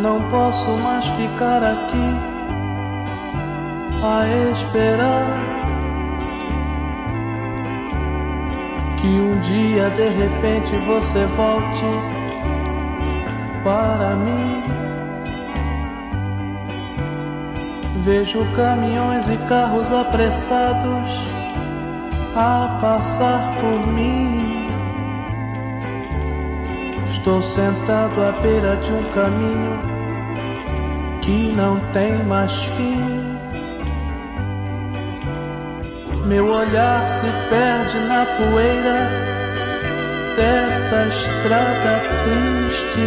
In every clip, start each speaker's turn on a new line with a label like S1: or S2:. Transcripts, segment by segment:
S1: não posso mais ficar aqui a esperar que um dia de repente você volte para mim. Vejo caminhões e carros apressados a passar por mim. Estou sentado à beira de um caminho que não tem mais fim. Meu olhar se perde na poeira dessa estrada triste,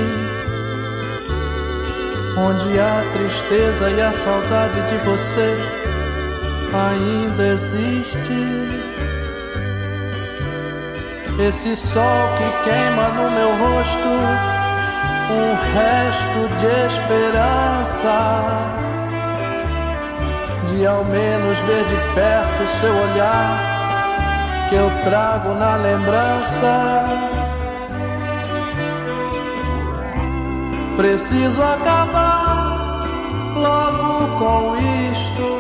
S1: onde a tristeza e a saudade de você ainda existe. Esse sol que queima no meu rosto, um resto de esperança, de ao menos ver de perto seu olhar que eu trago na lembrança. Preciso acabar logo com isto.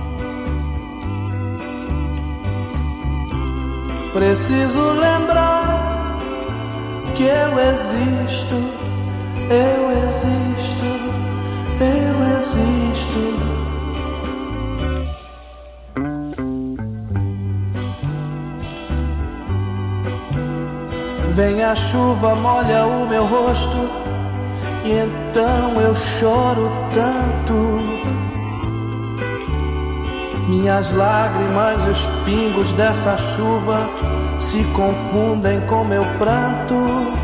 S1: Preciso lembrar que eu existo, eu existo, eu existo. Vem a chuva, molha o meu rosto, e então eu choro tanto. Minhas lágrimas e os pingos dessa chuva se confundem com meu pranto.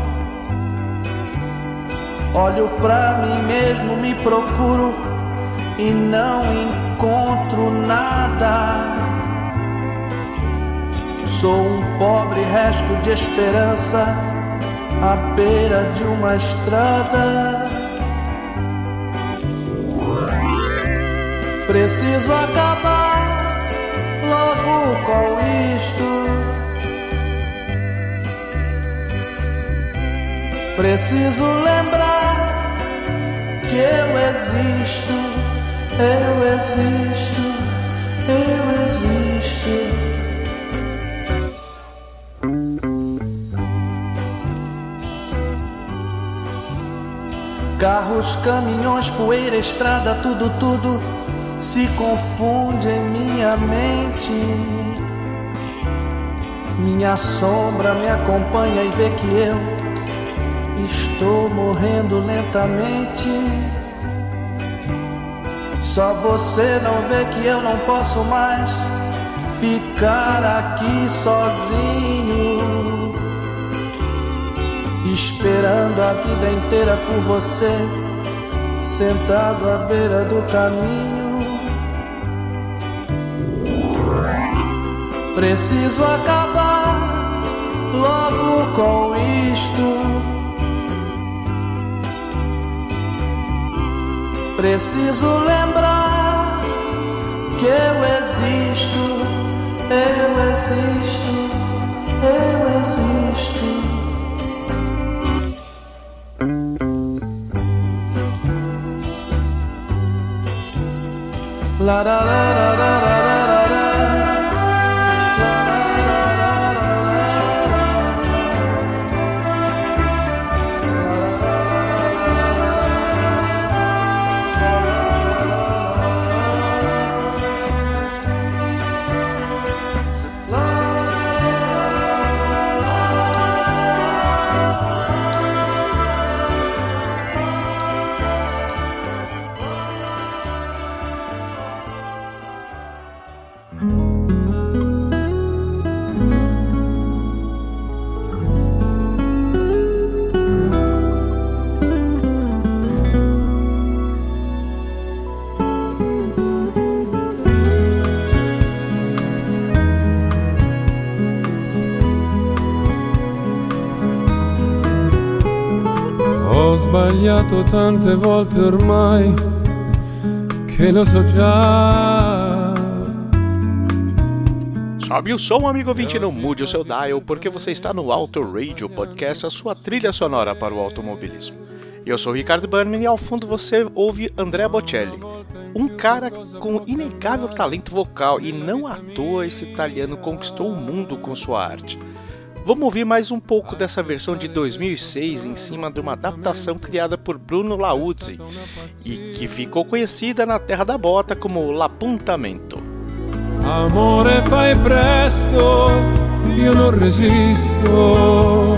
S1: Olho pra mim mesmo, me procuro e não encontro nada. Sou um pobre resto de esperança à beira de uma estrada. Preciso acabar logo com isto. Preciso lembrar que eu existo, eu existo, eu existo. Carros, caminhões, poeira, estrada, tudo se confunde em minha mente. Minha sombra me acompanha e vê que eu estou morrendo lentamente. Só você não vê que eu não posso mais ficar aqui sozinho, esperando a vida inteira por você, sentado à beira do caminho. Preciso acabar logo com isto. Preciso lembrar que eu existo, eu existo, eu existo. La la la la la la la la.
S2: Ho sbagliato tante volte ormai, che lo so già.
S3: Sobe o som, amigo ouvinte, não mude o seu dial, porque você está no Auto Radio Podcast, a sua trilha sonora para o automobilismo. Eu sou o Ricardo Bannerman e ao fundo você ouve Andrea Bocelli, um cara com inegável talento vocal, e não à toa esse italiano conquistou o mundo com sua arte. Vamos ouvir mais um pouco dessa versão de 2006 em cima de uma adaptação criada por Bruno Lauzzi e que ficou conhecida na terra da bota como L'Appuntamento.
S2: Amore, fai presto, io non resisto.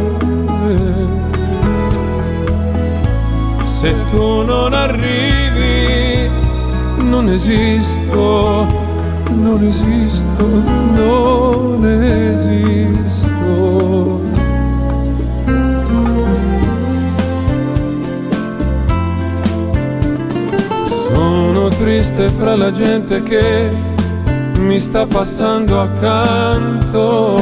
S2: Se tu non arrivi, non esisto, non esisto, non esisto. Sono triste fra la gente che mi sta passando accanto.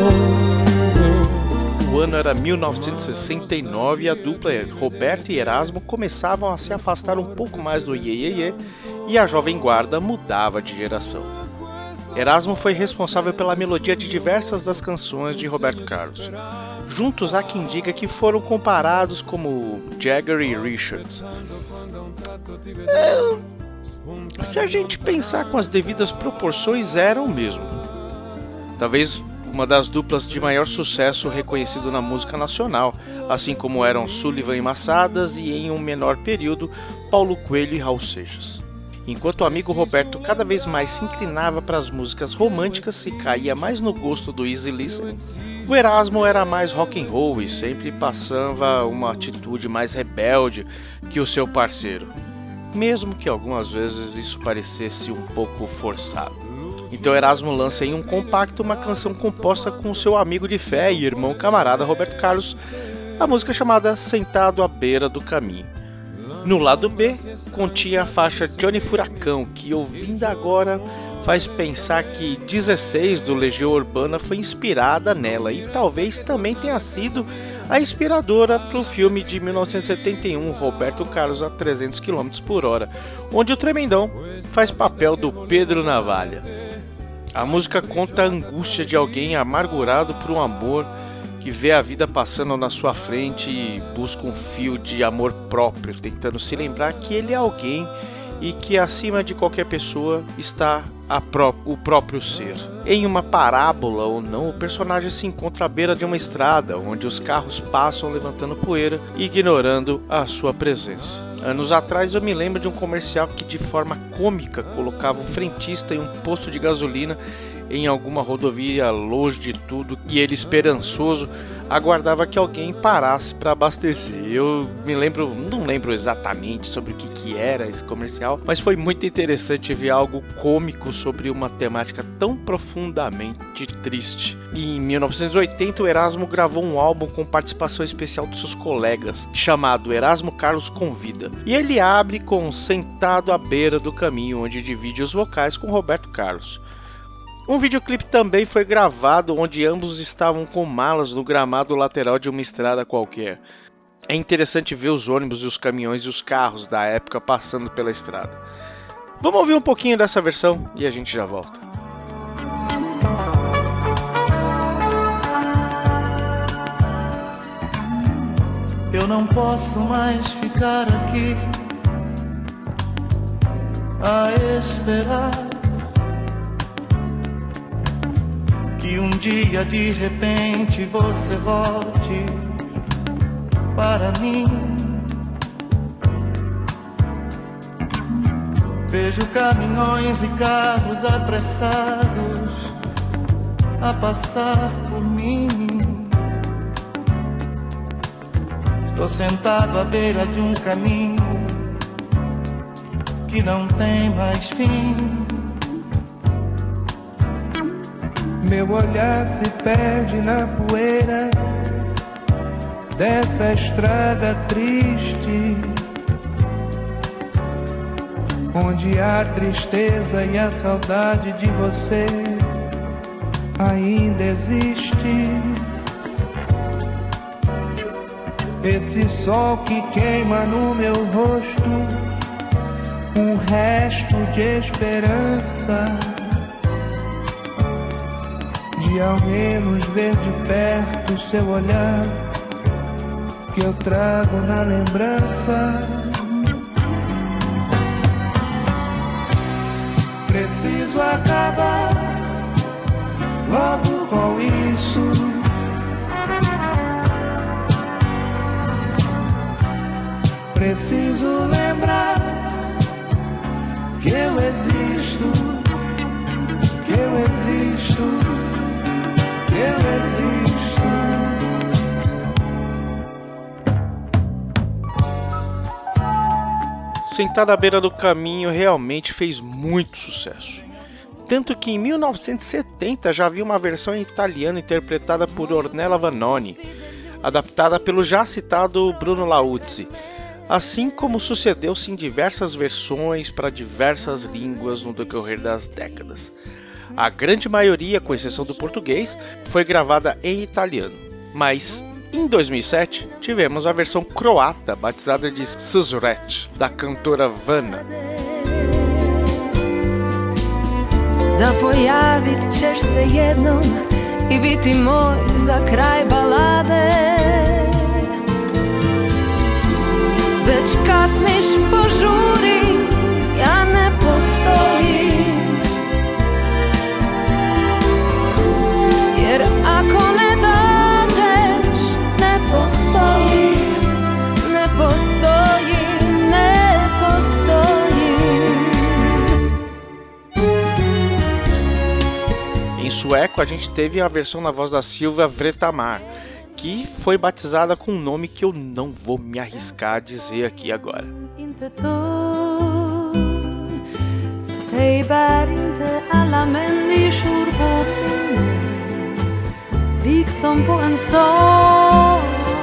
S3: O ano era 1969 e a dupla Roberto e Erasmo começavam a se afastar um pouco mais do Iê Iê Iê e a jovem guarda mudava de geração. Erasmo foi responsável pela melodia de diversas das canções de Roberto Carlos. Juntos há quem diga que foram comparados como Jagger e Richards. Se a gente pensar com as devidas proporções, eram mesmo. Talvez uma das duplas de maior sucesso reconhecido na música nacional, assim como eram Sullivan e Massadas e, em um menor período, Paulo Coelho e Raul Seixas. Enquanto o amigo Roberto cada vez mais se inclinava para as músicas românticas e caía mais no gosto do easy listening, o Erasmo era mais rock and roll e sempre passava uma atitude mais rebelde que o seu parceiro, mesmo que algumas vezes isso parecesse um pouco forçado. Então Erasmo lança em um compacto uma canção composta com seu amigo de fé e irmão camarada Roberto Carlos, a música chamada Sentado à Beira do Caminho. No lado B, continha a faixa Johnny Furacão, que ouvindo agora faz pensar que 16 do Legião Urbana foi inspirada nela e talvez também tenha sido a inspiradora para o filme de 1971 Roberto Carlos a 300 km por hora, onde o Tremendão faz papel do Pedro Navalha. A música conta a angústia de alguém amargurado por um amor que vê a vida passando na sua frente e busca um fio de amor próprio, tentando se lembrar que ele é alguém e que acima de qualquer pessoa está o próprio ser. Em uma parábola ou não, o personagem se encontra à beira de uma estrada, onde os carros passam levantando poeira e ignorando a sua presença. Anos atrás eu me lembro de um comercial que de forma cômica colocava um frentista em um posto de gasolina em alguma rodovia longe de tudo e ele, esperançoso, aguardava que alguém parasse para abastecer. Eu não lembro exatamente sobre o que era esse comercial, mas foi muito interessante ver algo cômico sobre uma temática tão profundamente triste. E em 1980 o Erasmo gravou um álbum com participação especial dos seus colegas, chamado Erasmo Carlos Convida. E ele abre com Sentado à Beira do Caminho, onde divide os vocais com Roberto Carlos. Um videoclipe também foi gravado onde ambos estavam com malas no gramado lateral de uma estrada qualquer. É interessante ver os ônibus e os caminhões e os carros da época passando pela estrada. Vamos ouvir um pouquinho dessa versão e a gente já volta.
S1: Eu não posso mais ficar aqui a esperar que um dia de repente você volte para mim. Vejo caminhões e carros apressados a passar por mim. Estou sentado à beira de um caminho que não tem mais fim.
S4: Meu olhar se perde na poeira dessa estrada triste, onde a tristeza e a saudade de você ainda existe. Esse sol que queima no meu rosto, um resto de esperança, de ao menos ver de perto seu olhar, que eu trago na lembrança. Preciso acabar logo com isso. Preciso lembrar que eu existo, que eu existo, que eu existo.
S3: Sentada à beira do caminho realmente fez muito sucesso. Tanto que em 1970 já havia uma versão em italiano interpretada por Ornella Vanoni, adaptada pelo já citado Bruno Lauzi, assim como sucedeu-se em diversas versões para diversas línguas no decorrer das décadas. A grande maioria, com exceção do português, foi gravada em italiano, mas em 2007 tivemos a versão croata, batizada de Susret, da cantora Vana.
S5: Da pojavit ćeš se jednom I biti moj za kraj balade. Već kasniš, požuri, ja ne postojim. Jer ako ne dođeš, ne postojim, ne postojim, ne postojim.
S3: Em sueco, a gente teve a versão na voz da Silvia Vretamar, que foi batizada com um nome que eu não vou me arriscar a dizer aqui agora.
S5: Säg bär inte alla människor på minnen, liksom på en sång.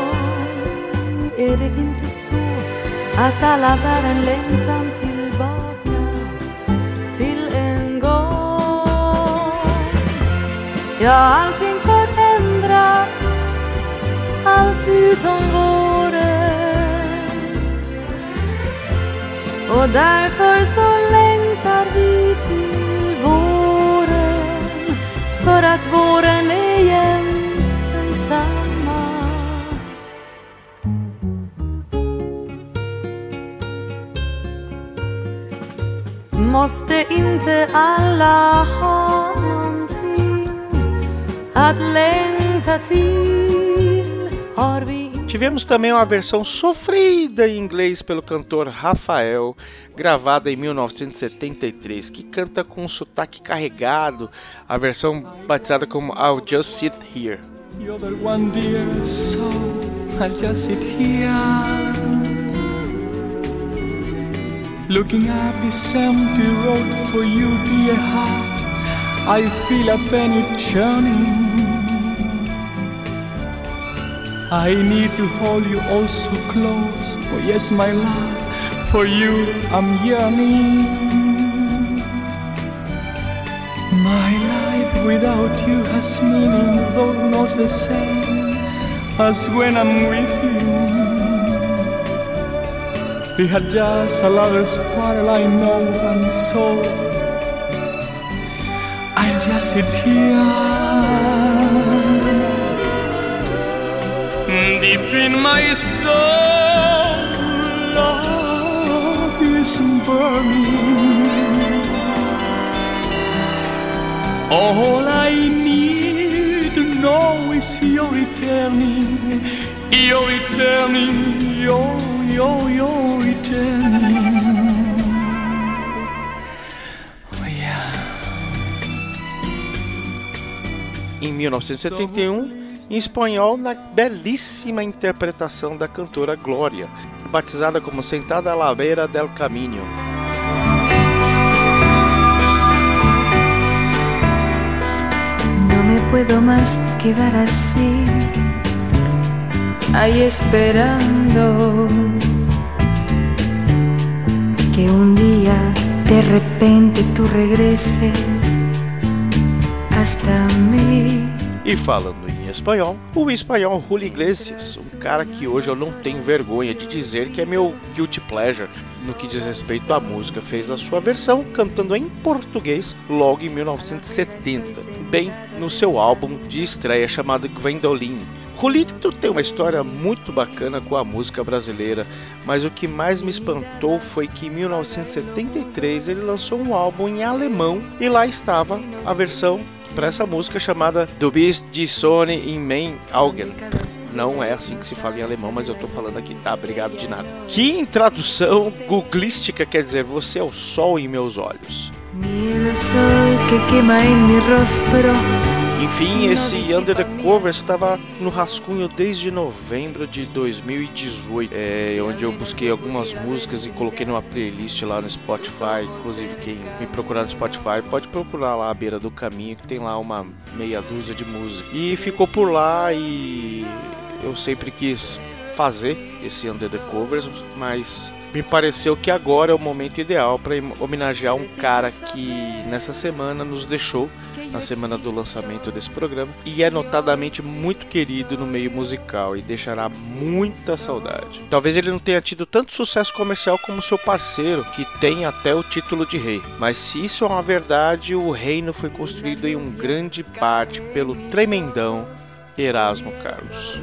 S5: Är det inte så att alla bär en längtan tillbaka till en gång? Ja, allting förändras, allt utom våren. Och därför så längtar vi till våren, för att våren är jämt densamma. Måste inte alla ha någonting att längta till? Har vi...
S3: Tivemos também uma versão sofrida em inglês pelo cantor Rafael, gravada em 1973, que canta com um sotaque carregado, a versão batizada como I'll Just Sit Here.
S6: You're the one, dear, so I'll just sit here, looking up this empty road for you, dear heart. I feel a penny churning. I need to hold you oh so close. Oh yes, my love, for you I'm yearning. My life without you has meaning, though not the same as when I'm with you. We had just a lover's quarrel, I know, and so I'll just sit here. Deep in my soul, love is burning. All I need to know is you're returning, you're returning, you're returning. Oh yeah.
S3: Em 1971, em espanhol, na belíssima interpretação da cantora Glória, batizada como Sentada à la beira del caminho.
S5: No me puedo más quedar así, ahí esperando que un día de repente tú regreses hasta mí.
S3: E falando em espanhol, o espanhol Julio Iglesias, um cara que hoje eu não tenho vergonha de dizer que é meu guilty pleasure no que diz respeito à música. Fez a sua versão cantando em português logo em 1970, bem no seu álbum de estreia chamado Gwendoline. Julito tem uma história muito bacana com a música brasileira, mas o que mais me espantou foi que em 1973 ele lançou um álbum em alemão e lá estava a versão para essa música chamada Du bist die Sonne in mein Augen. Não é assim que se fala em alemão, mas eu tô falando aqui, tá? Obrigado de nada. Que em tradução googlística quer dizer você é o sol em meus olhos. Enfim, esse Under the Covers estava no rascunho desde novembro de 2018, onde eu busquei algumas músicas e coloquei numa playlist lá no Spotify. Inclusive, quem me procurar no Spotify pode procurar lá à beira do caminho, que tem lá uma meia dúzia de músicas. E ficou por lá e eu sempre quis fazer esse Under the Covers, mas me pareceu que agora é o momento ideal para homenagear um cara que nessa semana nos deixou, na semana do lançamento desse programa, e é notadamente muito querido no meio musical e deixará muita saudade. Talvez ele não tenha tido tanto sucesso comercial como seu parceiro, que tem até o título de rei, mas se isso é uma verdade, o reino foi construído em grande parte pelo tremendão Erasmo Carlos.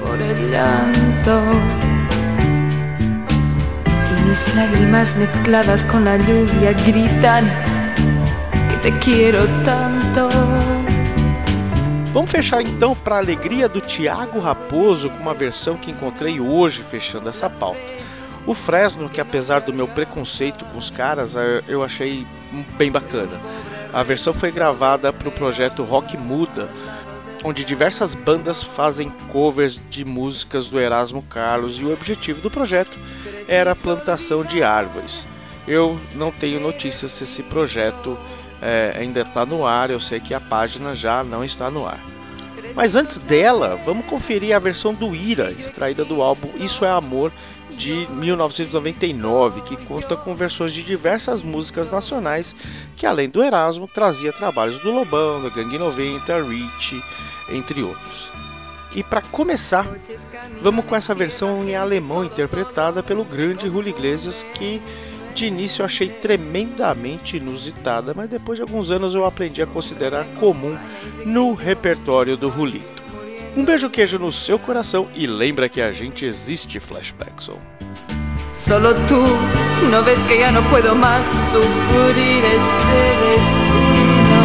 S5: Mis lágrimas mezcladas con la lluvia gritan que te quiero tanto.
S3: Vamos fechar então para a alegria do Thiago Raposo com uma versão que encontrei hoje fechando essa pauta. O Fresno, que apesar do meu preconceito com os caras, eu achei bem bacana. A versão foi gravada para o projeto Rock Muda, onde diversas bandas fazem covers de músicas do Erasmo Carlos, e o objetivo do projeto era a plantação de árvores. Eu não tenho notícias se esse projeto ainda está no ar, eu sei que a página já não está no ar. Mas antes dela, vamos conferir a versão do Ira, extraída do álbum Isso é Amor, de 1999, que conta com versões de diversas músicas nacionais, que além do Erasmo, trazia trabalhos do Lobão, da Gangue 90, Rich, entre outros. E para começar, vamos com essa versão em alemão interpretada pelo grande Julio Iglesias, que de início eu achei tremendamente inusitada, mas depois de alguns anos eu aprendi a considerar comum no repertório do Julito. Um beijo queijo no seu coração e lembra que a gente existe, Flashbackson.
S5: Solo tú no ves que ya no puedo más sufrir este destino,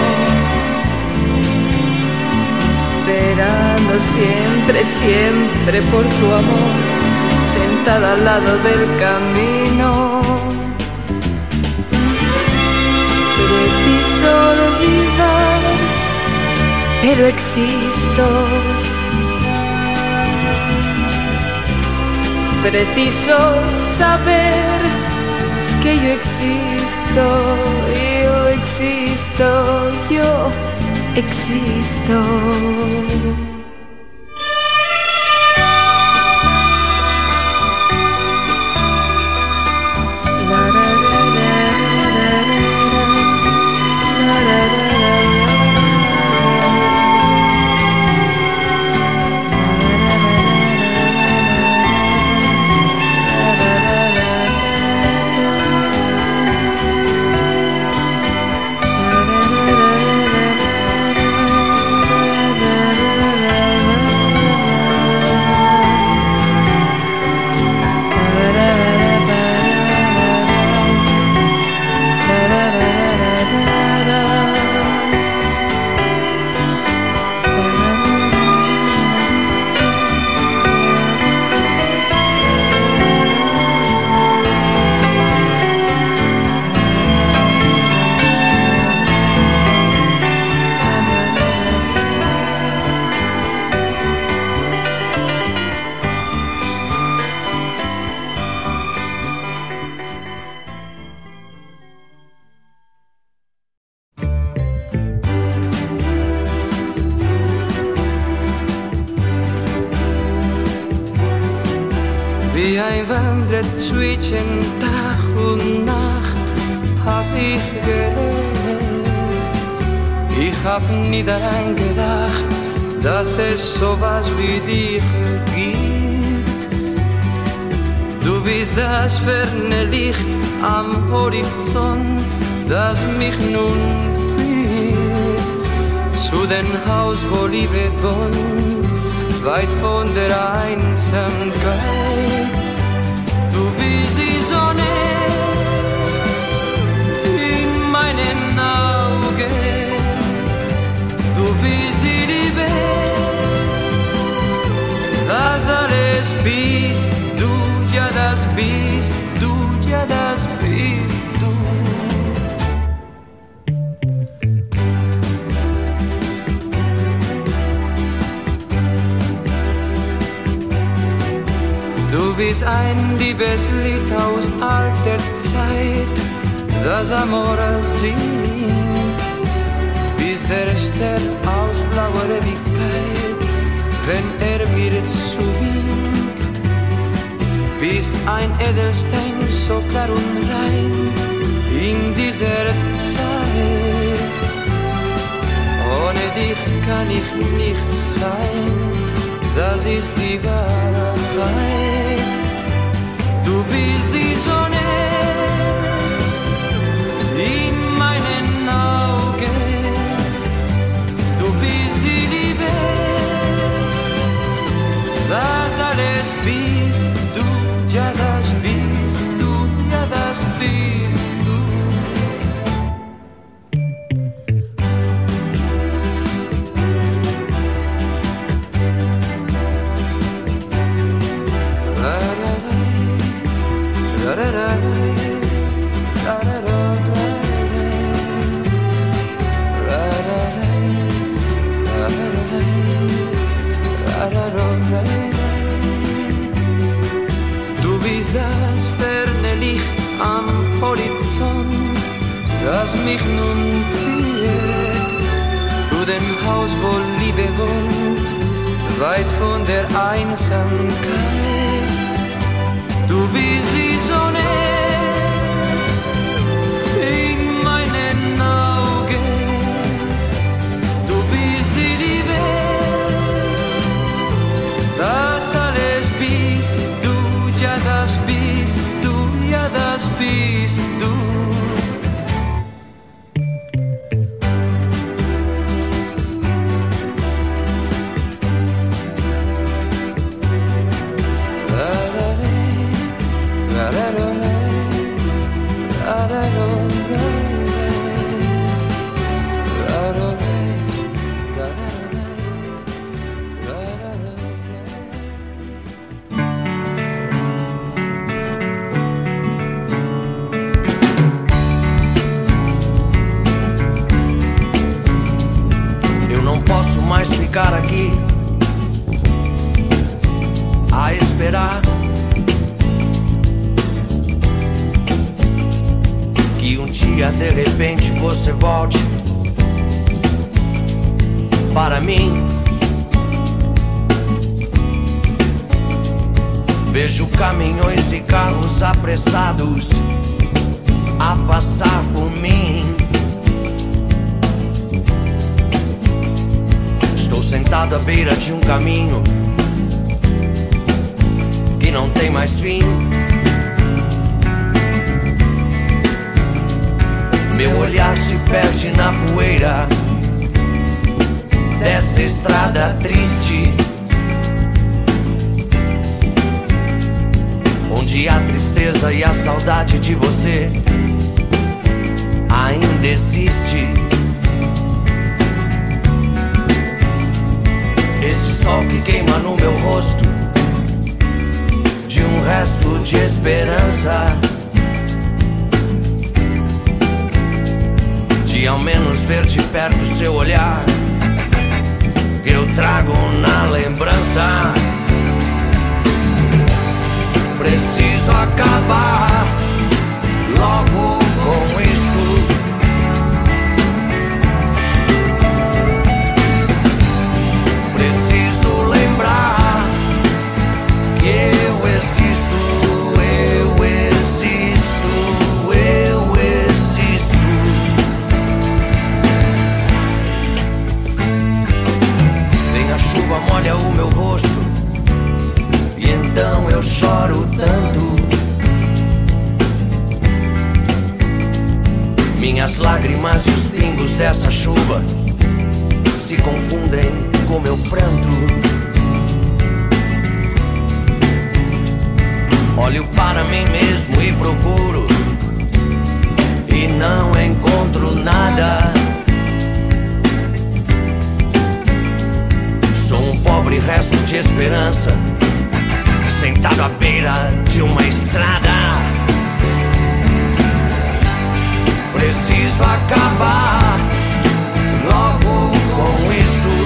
S5: esperando siempre, siempre por tu amor, sentada al lado del camino. Preciso olvidar, pero existo. Preciso saber que yo existo, yo existo, yo existo.
S1: Wie ein Wanderzweetchen Tag und Nacht hab ich gelebt. Ich hab nie daran gedacht,
S7: dass es sowas wie dich gibt. Du bist das ferne Licht am Horizont, das mich nun führt zu dem Haus, wo Liebe wohnt, weit von der Einsamkeit. Du bist die Sonne in meinen Augen, du bist die Liebe, das alles bist du, ja das bist du, ja das bist du. Du bist ein Liebeslied aus alter Zeit, das Amor singt, bist der Stern aus blauer Ewigkeit, wenn mir zuwinkt, bist ein Edelstein so klar und rein in dieser Zeit. Ohne dich kann ich nicht sein, das ist die Wahrheit. Du bist die Sonne in meinen Augen, du bist die Liebe, das alles bist du, ja das bist du, ja das bist du. Du bist das ferne Licht am Horizont, das mich nun führt zu dem Haus, wo Liebe wohnt, weit von der Einsamkeit. Du bist die Sonne in meinen Augen, du bist die Liebe, das alles bist du, ja das bist du, ja das bist du.
S1: Ficar aqui a esperar que dia de repente você volte para mim. Vejo caminhões e carros apressados a passar por mim. Estou sentado à beira de um caminho que não tem mais fim. Meu olhar se perde na poeira dessa estrada triste, onde a tristeza e a saudade de você ainda existe. Esse sol que queima no meu rosto, de um resto de esperança, de ao menos ver de perto seu olhar, que eu trago na lembrança. Preciso acabar logo com isto. Preciso lembrar que eu existo, eu existo, eu existo. Vem a
S8: Minhas lágrimas e os pingos dessa chuva se confundem com meu pranto. Olho para mim mesmo e procuro, e não encontro nada. Sou um pobre resto de esperança, sentado à beira de uma estrada. Preciso acabar logo com isso.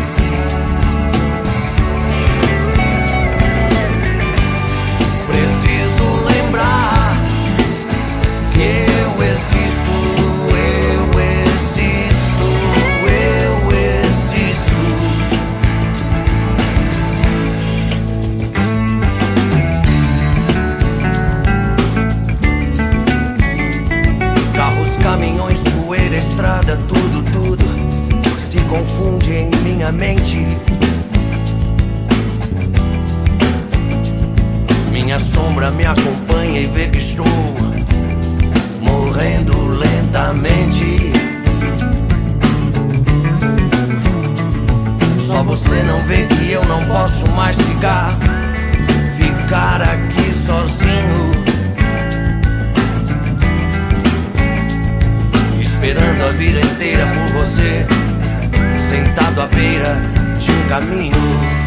S8: Preciso lembrar que eu existo, eu existo, eu existo. Carros, caminhões, poeira, estrada, tudo, tudo se confunde em minha mente. Minha sombra me acompanha e vê que estou morrendo lentamente. Só você não vê que eu não posso mais ficar aqui sozinho, esperando a vida inteira por você, sentado à beira de um caminho.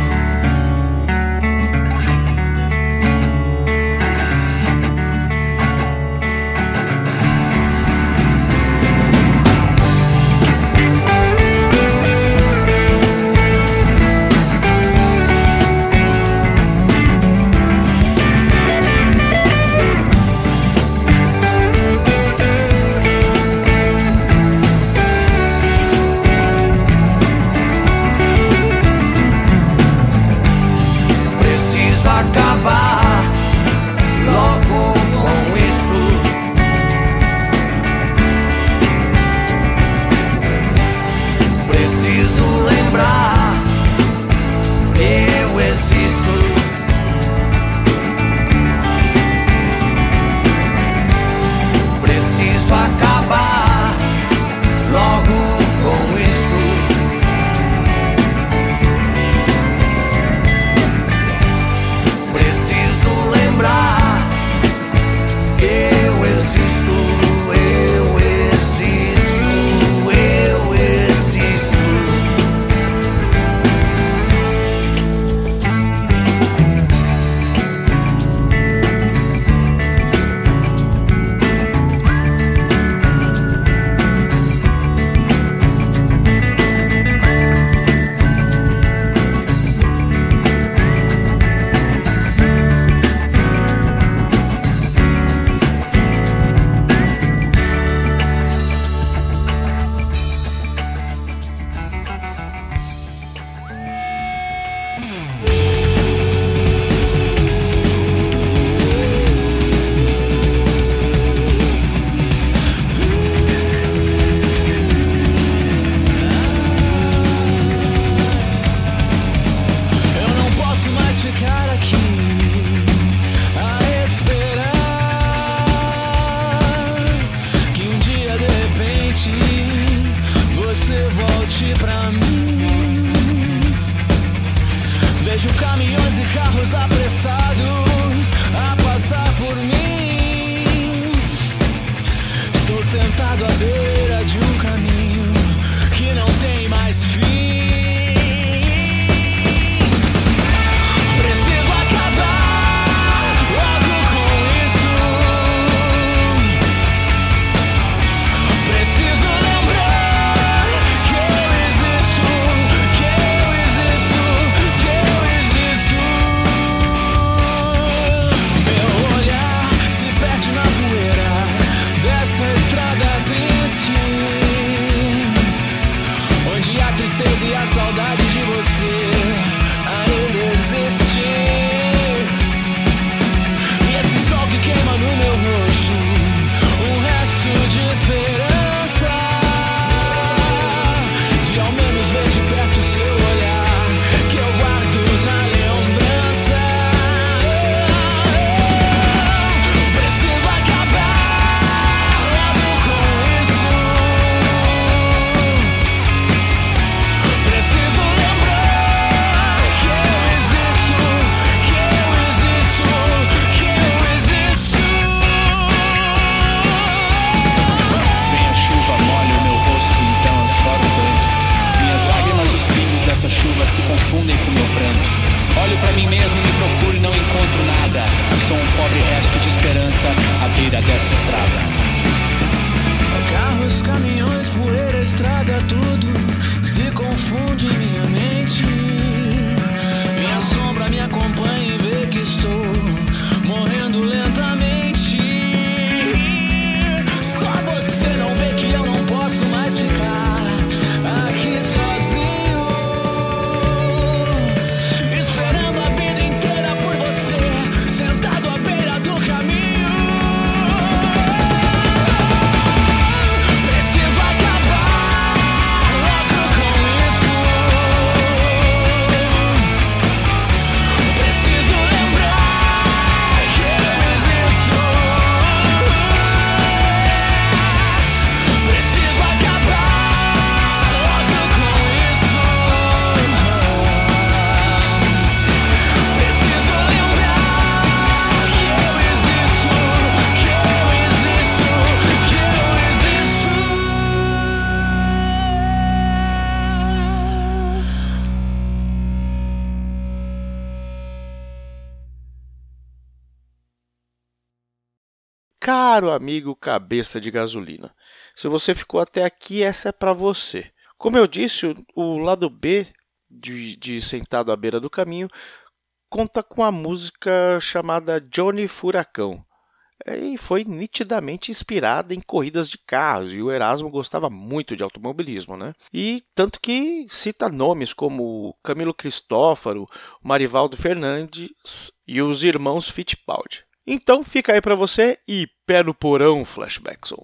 S3: caro amigo cabeça de gasolina. Se você ficou até aqui, essa é para você. Como eu disse, o lado B de Sentado à Beira do Caminho conta com a música chamada Johnny Furacão. E foi nitidamente inspirada em corridas de carros, e o Erasmo gostava muito de automobilismo, né? E tanto que cita nomes como Camilo Cristófaro, Marivaldo Fernandes e os irmãos Fittipaldi. Então fica aí para você e pé no porão, Flashbackson.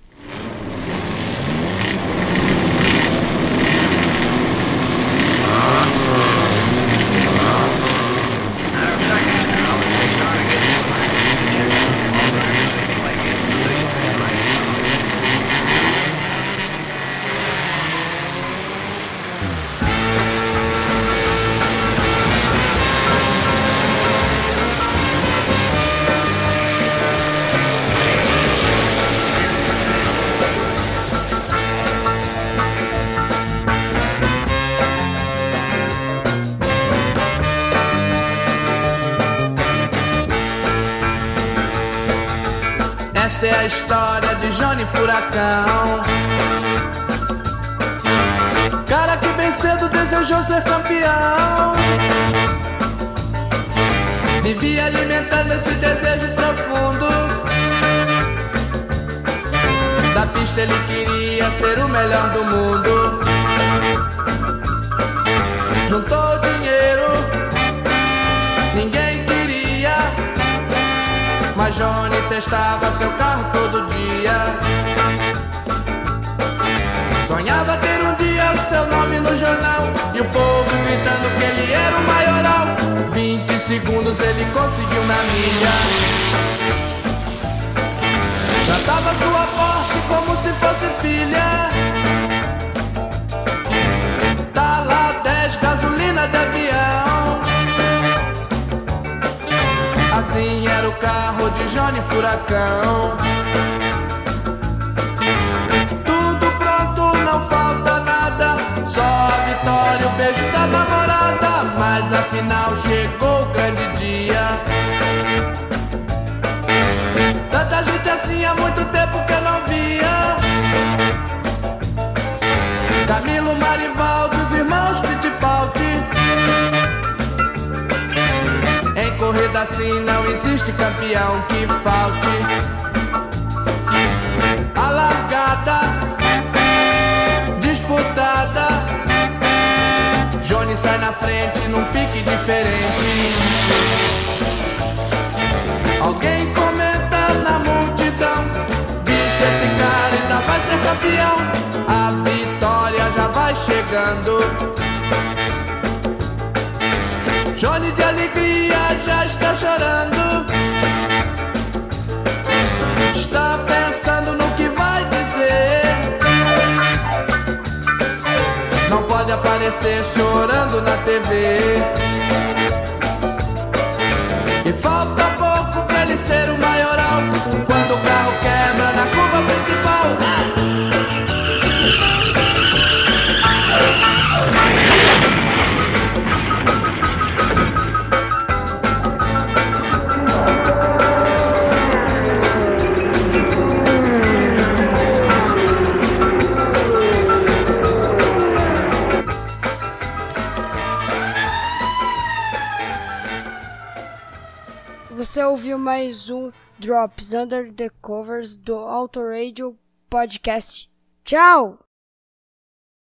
S1: Esta é a história de Johnny Furacão, cara que bem cedo desejou ser campeão. Vivia alimentando esse desejo profundo. Da pista ele queria ser o melhor do mundo. Juntou dinheiro, ninguém queria, mas Johnny testava seu carro todo dia. Sonhava ter um dia o seu nome no jornal e o povo gritando que ele era o maioral. 20 segundos ele conseguiu na milha. Tratava sua Porsche como se fosse filha. Tá lá 10 gasolina de avião. Assim era o carro de Johnny Furacão. Tudo pronto, não falta nada, só a vitória, o beijo da namorada. Mas afinal chegou o grande dia. Tanta gente assim há muito tempo que eu não via. Camilo, Marivaldo, os irmãos Fittipaldi. Em corrida assim não existe campeão que falte. A largada disputada, Johnny sai na frente num pique diferente. Alguém comenta na multidão: bicho, esse cara ainda vai ser campeão. A vitória já vai chegando. Johnny de alegria já está chorando. Está pensando no que vai dizer. Não pode aparecer chorando na TV. E falta pouco pra ele ser o maioral, quando o carro quebra na curva principal.
S9: Você ouviu mais um Drops Under the Covers do Autoradio Podcast. Tchau!